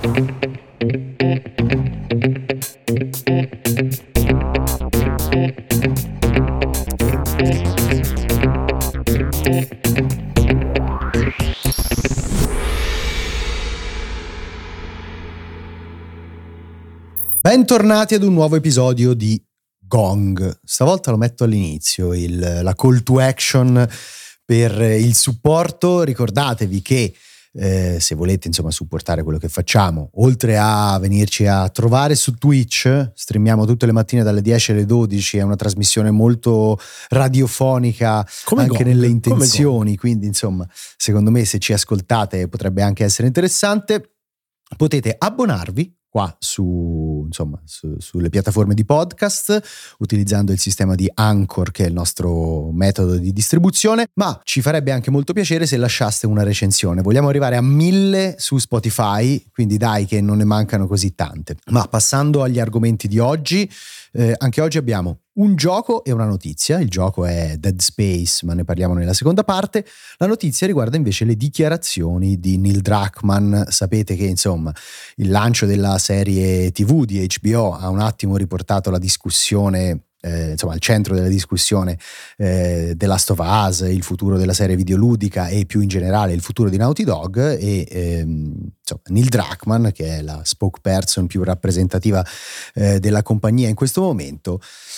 Bentornati ad un nuovo episodio di Gong. Stavolta lo metto all'inizio, la call to action per il supporto. Ricordatevi che se volete insomma supportare quello che facciamo, oltre a venirci a trovare su Twitch, streamiamo tutte le mattine dalle 10 alle 12, è una trasmissione molto radiofonica come anche Gong, nelle intenzioni, quindi insomma secondo me se ci ascoltate potrebbe anche essere interessante. Potete abbonarvi qua sulle piattaforme di podcast utilizzando il sistema di Anchor, che è il nostro metodo di distribuzione, ma ci farebbe anche molto piacere se lasciaste una recensione. Vogliamo arrivare a 1000 su Spotify, quindi dai che non ne mancano così tante. Ma passando agli argomenti di oggi, anche oggi abbiamo un gioco e una notizia. Il gioco è Dead Space, ma ne parliamo nella seconda parte. La notizia riguarda invece le dichiarazioni di Neil Druckmann. Sapete che insomma il lancio della serie TV di HBO ha un attimo riportato la discussione, al centro della discussione The Last of Us, il futuro della serie videoludica e più in generale il futuro di Naughty Dog, e Neil Druckmann, che è la spokesperson più rappresentativa della compagnia in questo momento,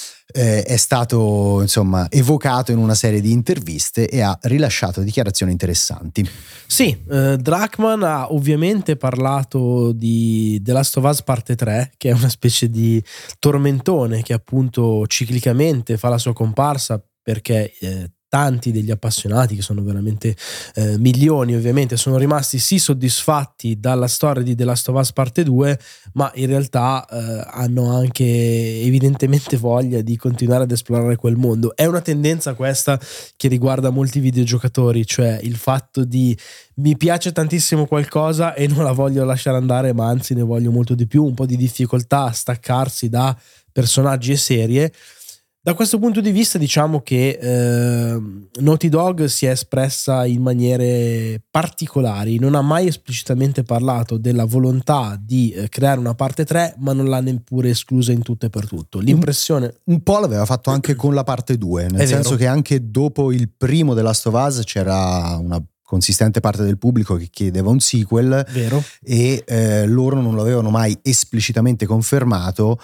è stato evocato in una serie di interviste e ha rilasciato dichiarazioni interessanti. Sì, Druckmann ha ovviamente parlato di The Last of Us parte 3, che è una specie di tormentone che appunto ciclicamente fa la sua comparsa, perché tanti degli appassionati, che sono veramente milioni ovviamente, sono rimasti sì soddisfatti dalla storia di The Last of Us parte 2, ma in realtà hanno anche evidentemente voglia di continuare ad esplorare quel mondo. È una tendenza questa che riguarda molti videogiocatori, cioè il fatto di mi piace tantissimo qualcosa e non la voglio lasciare andare, ma anzi ne voglio molto di più, un po' di difficoltà a staccarsi da personaggi e serie. Da questo punto di vista diciamo che Naughty Dog si è espressa in maniere particolari, non ha mai esplicitamente parlato della volontà di creare una parte 3, ma non l'ha neppure esclusa in tutto e per tutto. L'impressione un po' l'aveva fatto anche con la parte 2, nel senso che anche dopo il primo The Last of Us c'era una consistente parte del pubblico che chiedeva un sequel. Vero. E loro non lo avevano mai esplicitamente confermato,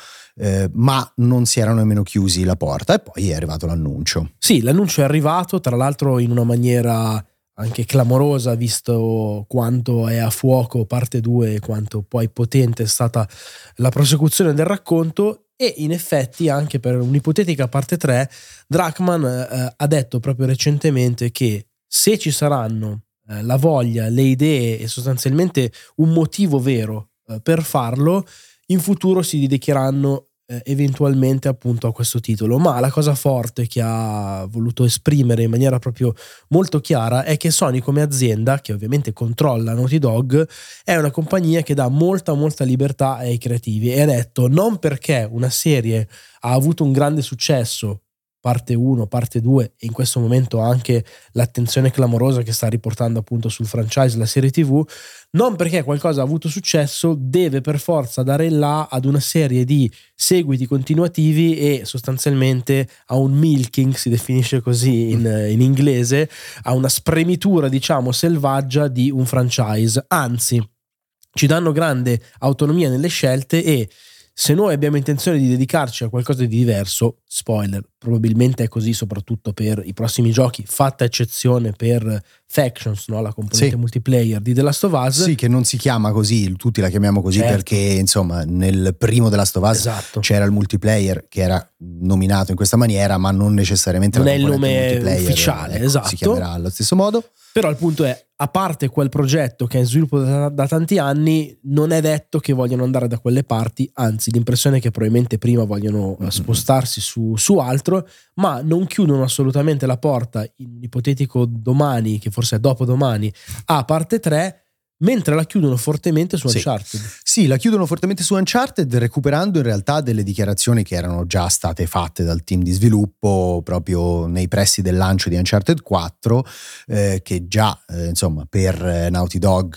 ma non si erano nemmeno chiusi la porta, e poi è arrivato l'annuncio. Sì, l'annuncio è arrivato, tra l'altro in una maniera anche clamorosa, visto quanto è a fuoco parte 2 e quanto poi potente è stata la prosecuzione del racconto. E in effetti anche per un'ipotetica parte 3 Druckmann ha detto proprio recentemente che se ci saranno la voglia, le idee e sostanzialmente un motivo vero per farlo, in futuro si dedicheranno eventualmente appunto a questo titolo. Ma la cosa forte che ha voluto esprimere in maniera proprio molto chiara è che Sony come azienda, che ovviamente controlla Naughty Dog, è una compagnia che dà molta libertà ai creativi, e ha detto non perché una serie ha avuto un grande successo, parte 1, parte 2, e in questo momento anche l'attenzione clamorosa che sta riportando appunto sul franchise la serie TV, non perché qualcosa ha avuto successo deve per forza dare là ad una serie di seguiti continuativi e sostanzialmente a un milking, si definisce così in inglese, a una spremitura diciamo selvaggia di un franchise. Anzi, ci danno grande autonomia nelle scelte, e se noi abbiamo intenzione di dedicarci a qualcosa di diverso, spoiler, probabilmente è così soprattutto per i prossimi giochi, fatta eccezione per Factions, no? La componente multiplayer di The Last of Us. Sì, che non si chiama così, tutti la chiamiamo così, certo, perché insomma nel primo The Last of Us c'era il multiplayer che era nominato in questa maniera, ma non necessariamente non la è il nome ufficiale, esatto. Si chiamerà allo stesso modo. Però il punto è, a parte quel progetto che è in sviluppo da tanti anni, non è detto che vogliono andare da quelle parti, anzi l'impressione è che probabilmente prima vogliono spostarsi su altro, ma non chiudono assolutamente la porta in un ipotetico domani, che forse è dopodomani, a parte 3, mentre la chiudono fortemente su Uncharted. Sì, la chiudono fortemente su Uncharted, recuperando in realtà delle dichiarazioni che erano già state fatte dal team di sviluppo proprio nei pressi del lancio di Uncharted 4, che già insomma per Naughty Dog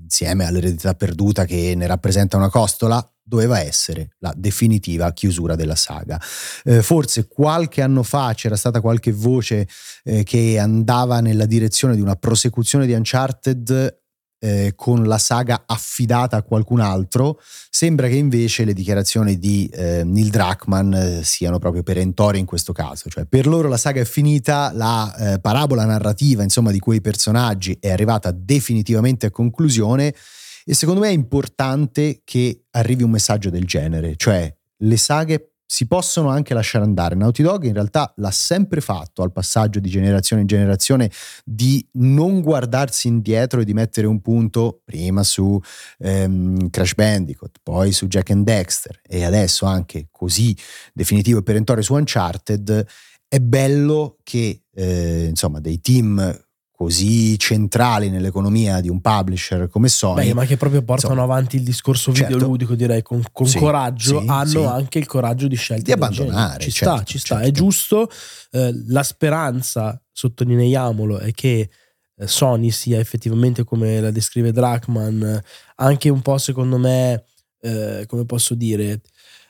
insieme all'Eredità perduta che ne rappresenta una costola, doveva essere la definitiva chiusura della saga. Forse qualche anno fa c'era stata qualche voce che andava nella direzione di una prosecuzione di Uncharted con la saga affidata a qualcun altro. Sembra che invece le dichiarazioni di Neil Druckmann siano proprio perentorie in questo caso, cioè per loro la saga è finita, la parabola narrativa insomma di quei personaggi è arrivata definitivamente a conclusione, e secondo me è importante che arrivi un messaggio del genere, cioè le saghe si possono anche lasciare andare. Naughty Dog in realtà l'ha sempre fatto al passaggio di generazione in generazione, di non guardarsi indietro e di mettere un punto prima su Crash Bandicoot, poi su Jak and Daxter e adesso anche così definitivo e perentorio su Uncharted. È bello che insomma dei team così centrali nell'economia di un publisher come Sony, ma che proprio portano avanti il discorso videoludico, direi con sì, coraggio, sì, hanno anche il coraggio di scelte di abbandonare. Ci sta, è giusto. La speranza, sottolineiamolo, è che Sony sia effettivamente, come la descrive Druckmann, anche un po', secondo me, come posso dire,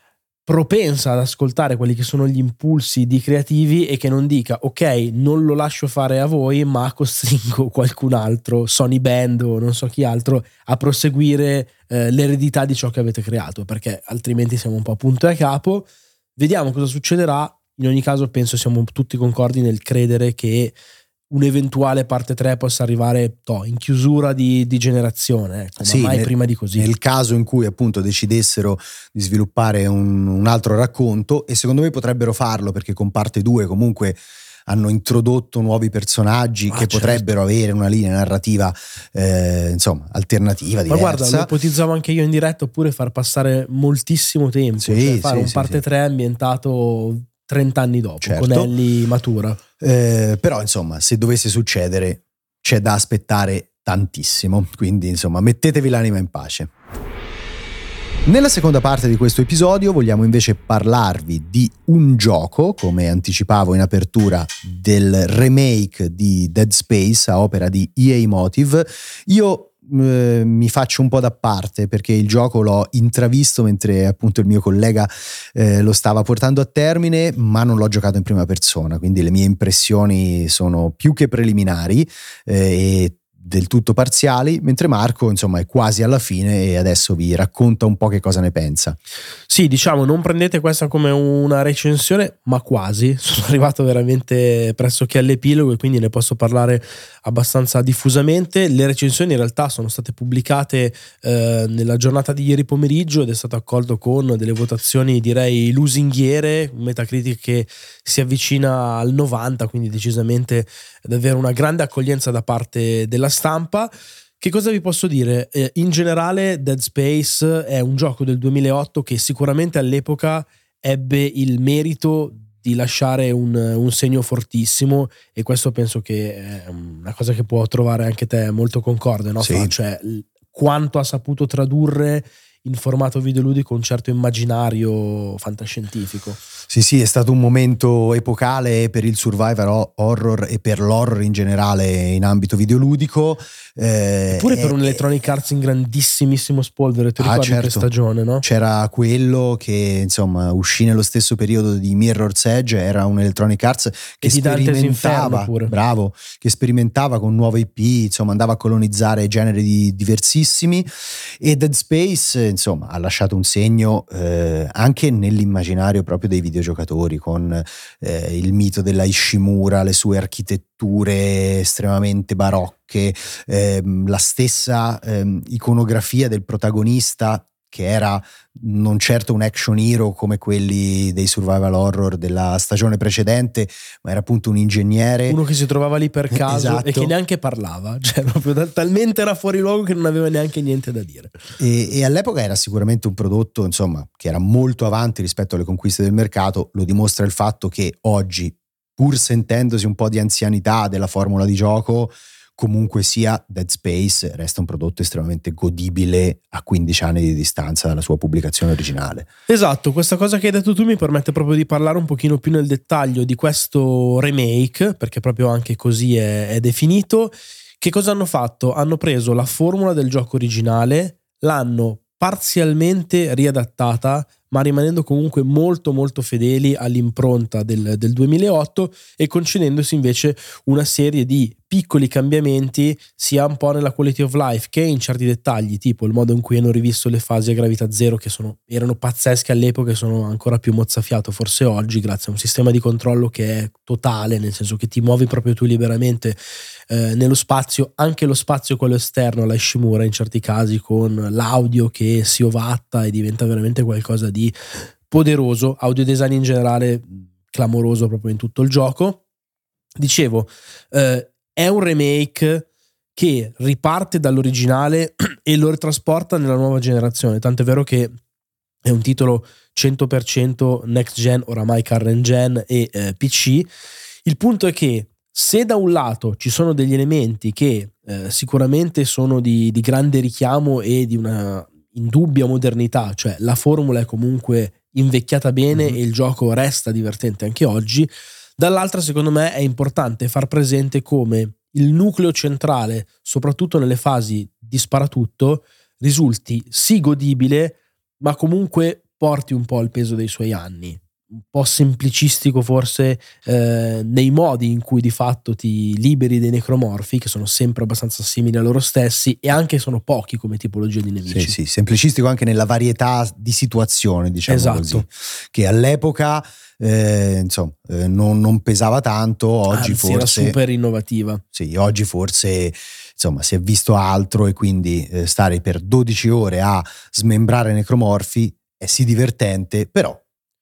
propensa ad ascoltare quelli che sono gli impulsi di creativi e che non dica ok, non lo lascio fare a voi ma costringo qualcun altro, Sony Band o non so chi altro, a proseguire l'eredità di ciò che avete creato, perché altrimenti siamo un po' a punto e a capo. Vediamo cosa succederà. In ogni caso penso siamo tutti concordi nel credere che un'eventuale parte 3 possa arrivare in chiusura di generazione, ecco, ma mai prima di così. Nel caso in cui appunto decidessero di sviluppare un altro racconto, e secondo me potrebbero farlo perché con parte 2 comunque hanno introdotto nuovi personaggi che potrebbero avere una linea narrativa insomma alternativa, diversa. Ma guarda, lo ipotizzavo anche io in diretta, oppure far passare moltissimo tempo, fare un parte 3 ambientato 30 anni dopo, con Ellie matura. Però insomma, se dovesse succedere c'è da aspettare tantissimo, quindi insomma mettetevi l'anima in pace. Nella seconda parte di questo episodio vogliamo invece parlarvi di un gioco, come anticipavo in apertura, del remake di Dead Space a opera di EA Motive. Io mi faccio un po' da parte perché il gioco l'ho intravisto mentre appunto il mio collega lo stava portando a termine, ma non l'ho giocato in prima persona, quindi le mie impressioni sono più che preliminari e del tutto parziali, mentre Marco insomma è quasi alla fine e adesso vi racconta un po' che cosa ne pensa. Sì, diciamo, non prendete questa come una recensione, ma quasi. Sono arrivato veramente pressoché all'epilogo e quindi ne posso parlare abbastanza diffusamente. Le recensioni in realtà sono state pubblicate nella giornata di ieri pomeriggio ed è stato accolto con delle votazioni direi lusinghiere, un Metacritic che si avvicina al 90, quindi decisamente davvero una grande accoglienza da parte della stampa. Che cosa vi posso dire? In generale Dead Space è un gioco del 2008 che sicuramente all'epoca ebbe il merito di lasciare un segno fortissimo, e questo penso che è una cosa che può trovare anche te molto concorde, no? Sì. Cioè quanto ha saputo tradurre in formato videoludico un certo immaginario fantascientifico. Sì, è stato un momento epocale per il survival horror e per l'horror in generale in ambito videoludico. Eppure per un Electronic Arts in grandissimissimo spolvero, ti ricordi che stagione, no? C'era quello che insomma uscì nello stesso periodo di Mirror's Edge, era un Electronic Arts che sperimentava, bravo, che sperimentava con nuove IP, insomma andava a colonizzare generi diversissimi, e Dead Space insomma ha lasciato un segno anche nell'immaginario proprio dei videogiocatori, con il mito della Ishimura, le sue architetture estremamente barocche, la stessa iconografia del protagonista che era non certo un action hero come quelli dei survival horror della stagione precedente, ma era appunto un ingegnere, uno che si trovava lì per caso, esatto. E che neanche parlava, cioè proprio talmente era fuori luogo che non aveva neanche niente da dire, e all'epoca era sicuramente un prodotto insomma che era molto avanti rispetto alle conquiste del mercato. Lo dimostra il fatto che oggi, pur sentendosi un po' di anzianità della formula di gioco, comunque sia Dead Space resta un prodotto estremamente godibile a 15 anni di distanza dalla sua pubblicazione originale. Esatto, questa cosa che hai detto tu mi permette proprio di parlare un pochino più nel dettaglio di questo remake, perché proprio anche così è definito, Che cosa hanno fatto? Hanno preso la formula del gioco originale, l'hanno parzialmente riadattata, ma rimanendo comunque molto molto fedeli all'impronta del 2008 e concedendosi invece una serie di piccoli cambiamenti sia un po' nella quality of life che in certi dettagli, tipo il modo in cui hanno rivisto le fasi a gravità zero, che erano pazzesche all'epoca e sono ancora più mozzafiato forse oggi, grazie a un sistema di controllo che è totale, nel senso che ti muovi proprio tu liberamente nello spazio, anche lo spazio quello esterno alla Ishimura in certi casi, con l'audio che si ovatta e diventa veramente qualcosa di poderoso. Audio design in generale clamoroso proprio in tutto il gioco. Dicevo, è un remake che riparte dall'originale e lo ritrasporta nella nuova generazione, tant'è vero che è un titolo 100% next gen, oramai current gen e PC. Il punto è che se da un lato ci sono degli elementi che sicuramente sono di grande richiamo e di una indubbia modernità, cioè la formula è comunque invecchiata bene e il gioco resta divertente anche oggi, dall'altra secondo me è importante far presente come il nucleo centrale, soprattutto nelle fasi di sparatutto, risulti sì godibile, ma comunque porti un po' il peso dei suoi anni. Un po' semplicistico forse nei modi in cui di fatto ti liberi dei necromorfi, che sono sempre abbastanza simili a loro stessi e anche sono pochi come tipologia di nemici. Sì, semplicistico anche nella varietà di situazioni, diciamo, esatto, così, che all'epoca non pesava tanto, oggi anzi, forse era super innovativa. Sì, oggi forse insomma si è visto altro e quindi stare per 12 ore a smembrare necromorfi è sì divertente, però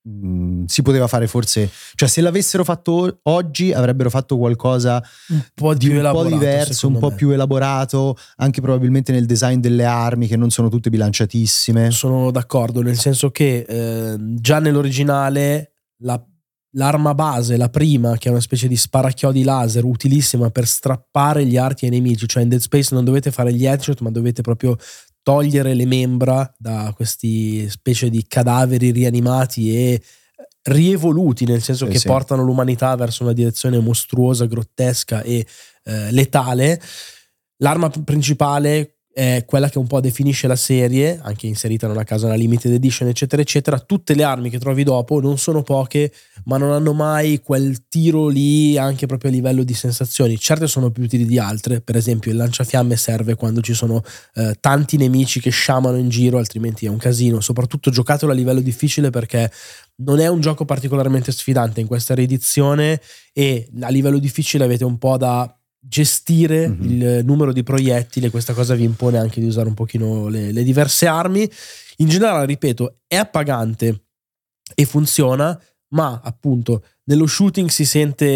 si poteva fare forse, cioè se l'avessero fatto oggi avrebbero fatto qualcosa un po' diverso, un po' più elaborato, anche probabilmente nel design delle armi che non sono tutte bilanciatissime. Sono d'accordo, nel senso che già nell'originale l'arma base, la prima, che è una specie di sparachiodi laser utilissima per strappare gli archi ai nemici, cioè in Dead Space non dovete fare gli headshot ma dovete proprio togliere le membra da questi specie di cadaveri rianimati e rievoluti, nel senso che portano l'umanità verso una direzione mostruosa, grottesca e letale. L'arma principale è quella che un po' definisce la serie, anche inserita non a caso nella limited edition eccetera eccetera. Tutte le armi che trovi dopo non sono poche, ma non hanno mai quel tiro lì anche proprio a livello di sensazioni. Certe sono più utili di altre, per esempio il lanciafiamme serve quando ci sono tanti nemici che sciamano in giro, altrimenti è un casino. Soprattutto giocatelo a livello difficile, perché non è un gioco particolarmente sfidante in questa riedizione e a livello difficile avete un po' da gestire il numero di proiettili. Questa cosa vi impone anche di usare un pochino le diverse armi. In generale, ripeto, è appagante e funziona, ma appunto nello shooting si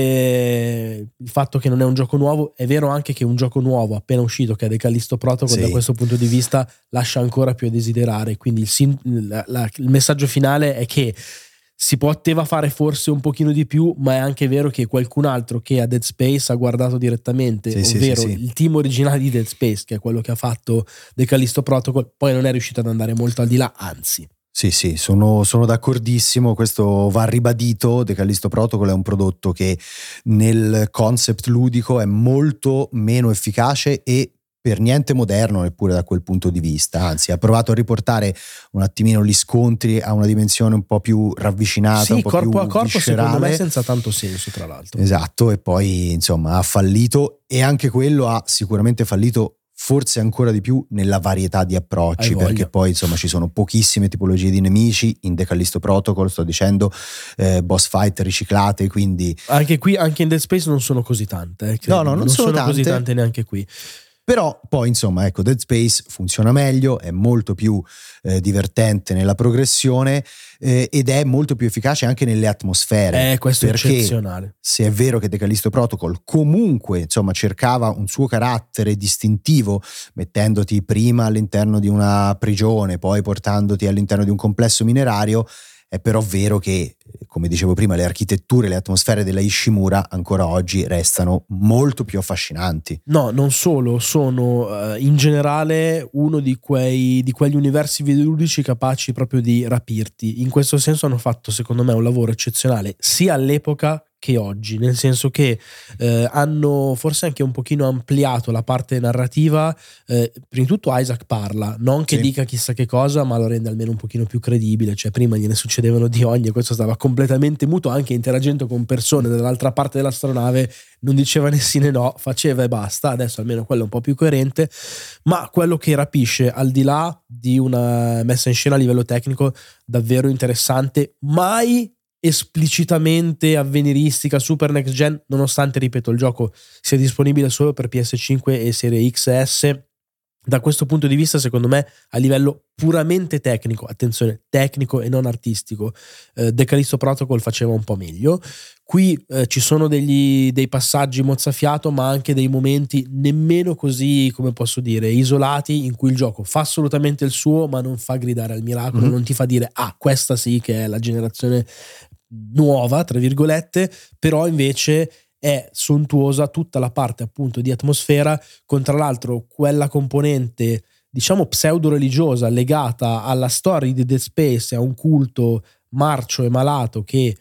sente il fatto che non è un gioco nuovo. È vero anche che un gioco nuovo appena uscito, che è The Callisto Protocol, da questo punto di vista lascia ancora più a desiderare. Quindi il messaggio finale è che si poteva fare forse un pochino di più, ma è anche vero che qualcun altro che a Dead Space ha guardato direttamente, ovvero il team originale di Dead Space, che è quello che ha fatto The Callisto Protocol, poi non è riuscito ad andare molto al di là, anzi. Sì, sono d'accordissimo, questo va ribadito. The Callisto Protocol è un prodotto che nel concept ludico è molto meno efficace e per niente moderno neppure da quel punto di vista, anzi ha provato a riportare un attimino gli scontri a una dimensione un po' più ravvicinata, un po' corpo più a corpo viscerale. Secondo me senza tanto senso, tra l'altro. Esatto, e poi insomma ha fallito, e anche quello ha sicuramente fallito forse ancora di più nella varietà di approcci, perché poi insomma ci sono pochissime tipologie di nemici in The Callisto Protocol, sto dicendo, boss fight riciclate, quindi anche qui, anche in Dead Space non sono così tante, non sono tante, così tante neanche qui. Però poi insomma ecco, Dead Space funziona meglio, è molto più divertente nella progressione ed è molto più efficace anche nelle atmosfere. Questo è eccezionale. Se è vero che The Callisto Protocol comunque insomma cercava un suo carattere distintivo, mettendoti prima all'interno di una prigione, poi portandoti all'interno di un complesso minerario, è però vero che, come dicevo prima, le architetture, le atmosfere della Ishimura ancora oggi restano molto più affascinanti. No, non solo, sono in generale uno di quegli universi videoludici capaci proprio di rapirti. In questo senso hanno fatto, secondo me, un lavoro eccezionale sia all'epoca che oggi, nel senso che hanno forse anche un pochino ampliato la parte narrativa. Prima di tutto Isaac parla, non che dica chissà che cosa, ma lo rende almeno un pochino più credibile, cioè prima gliene succedevano di ogni e questo stava completamente muto, anche interagendo con persone dall'altra parte dell'astronave non diceva né sì né no, faceva e basta. Adesso almeno quello è un po' più coerente, ma quello che rapisce, al di là di una messa in scena a livello tecnico davvero interessante, mai esplicitamente avveniristica, super next gen, nonostante, ripeto, il gioco sia disponibile solo per PS5 e Serie XS. Da questo punto di vista, secondo me, a livello puramente tecnico, attenzione, tecnico e non artistico, The Callisto Protocol faceva un po' meglio. Qui ci sono dei passaggi mozzafiato, ma anche dei momenti nemmeno così, come posso dire, isolati, in cui il gioco fa assolutamente il suo, ma non fa gridare al miracolo, non ti fa dire questa sì che è la generazione nuova, tra virgolette, però invece è sontuosa tutta la parte appunto di atmosfera, con tra l'altro quella componente diciamo pseudo-religiosa legata alla storia di Dead Space, a un culto marcio e malato che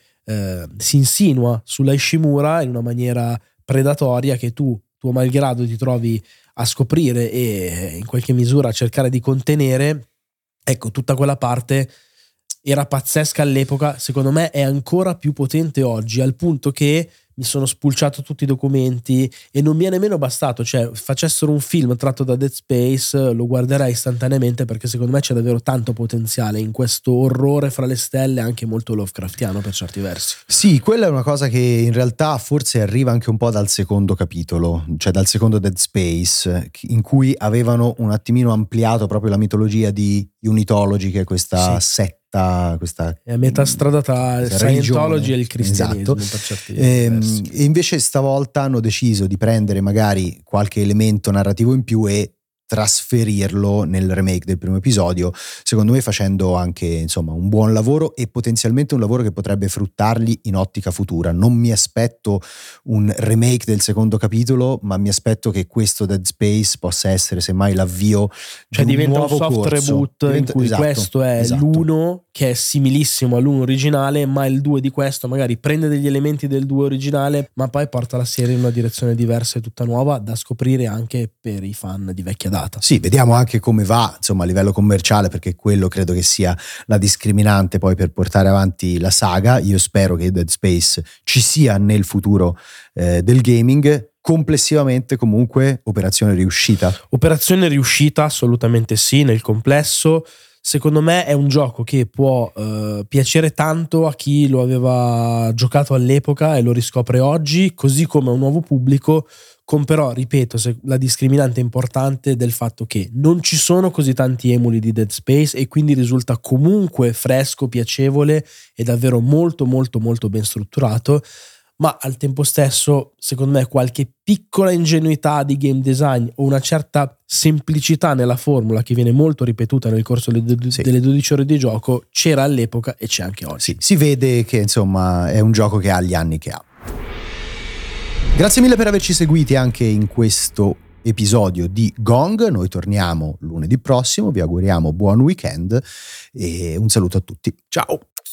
si insinua sulla Ishimura in una maniera predatoria, che tu, tuo malgrado, ti trovi a scoprire e in qualche misura a cercare di contenere. Ecco, tutta quella parte era pazzesca all'epoca, secondo me è ancora più potente oggi, al punto che mi sono spulciato tutti i documenti e non mi è nemmeno bastato, cioè facessero un film tratto da Dead Space lo guarderei istantaneamente, perché secondo me c'è davvero tanto potenziale in questo orrore fra le stelle, anche molto Lovecraftiano per certi versi. Sì, quella è una cosa che in realtà forse arriva anche un po' dal secondo capitolo, cioè dal secondo Dead Space, in cui avevano un attimino ampliato proprio la mitologia di Unitology, che è questa setta, questa è a metà strada tra Scientology e il cristianesimo, esatto. Per certi versi. E invece stavolta hanno deciso di prendere magari qualche elemento narrativo in più e trasferirlo nel remake del primo episodio, secondo me facendo anche insomma un buon lavoro e potenzialmente un lavoro che potrebbe fruttarli in ottica futura. Non mi aspetto un remake del secondo capitolo, ma mi aspetto che questo Dead Space possa essere semmai l'avvio, cioè di diventa un nuovo soft corso. reboot in cui questo è l'1 che è similissimo all'1 originale, ma il 2 di questo magari prende degli elementi del 2 originale, ma poi porta la serie in una direzione diversa e tutta nuova, da scoprire anche per i fan di vecchia data. Sì, vediamo anche come va insomma a livello commerciale, perché quello credo che sia la discriminante poi per portare avanti la saga. Io spero che Dead Space ci sia nel futuro del gaming. Complessivamente comunque operazione riuscita assolutamente sì, nel complesso. Secondo me è un gioco che può piacere tanto a chi lo aveva giocato all'epoca e lo riscopre oggi, così come a un nuovo pubblico, con però, ripeto, la discriminante importante del fatto che non ci sono così tanti emuli di Dead Space e quindi risulta comunque fresco, piacevole e davvero molto molto molto ben strutturato. Ma al tempo stesso, secondo me, qualche piccola ingenuità di game design o una certa semplicità nella formula, che viene molto ripetuta nel corso delle 12 ore di gioco, c'era all'epoca e c'è anche oggi. Sì, si vede che insomma è un gioco che ha gli anni che ha. Grazie mille per averci seguiti anche in questo episodio di Gong. Noi torniamo lunedì prossimo, vi auguriamo buon weekend e un saluto a tutti. Ciao!